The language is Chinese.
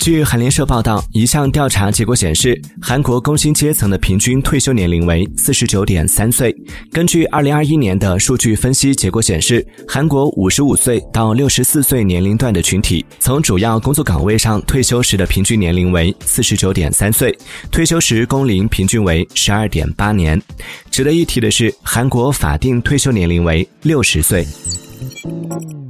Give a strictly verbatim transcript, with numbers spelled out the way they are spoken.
据韩联社报道，一项调查结果显示，韩国工薪阶层的平均退休年龄为 四十九点三 岁。根据二零二一年的数据分析结果显示，韩国五十五岁到六十四岁年龄段的群体，从主要工作岗位上退休时的平均年龄为 四十九点三 岁，退休时工龄平均为 十二点八 年。值得一提的是，韩国法定退休年龄为六十岁。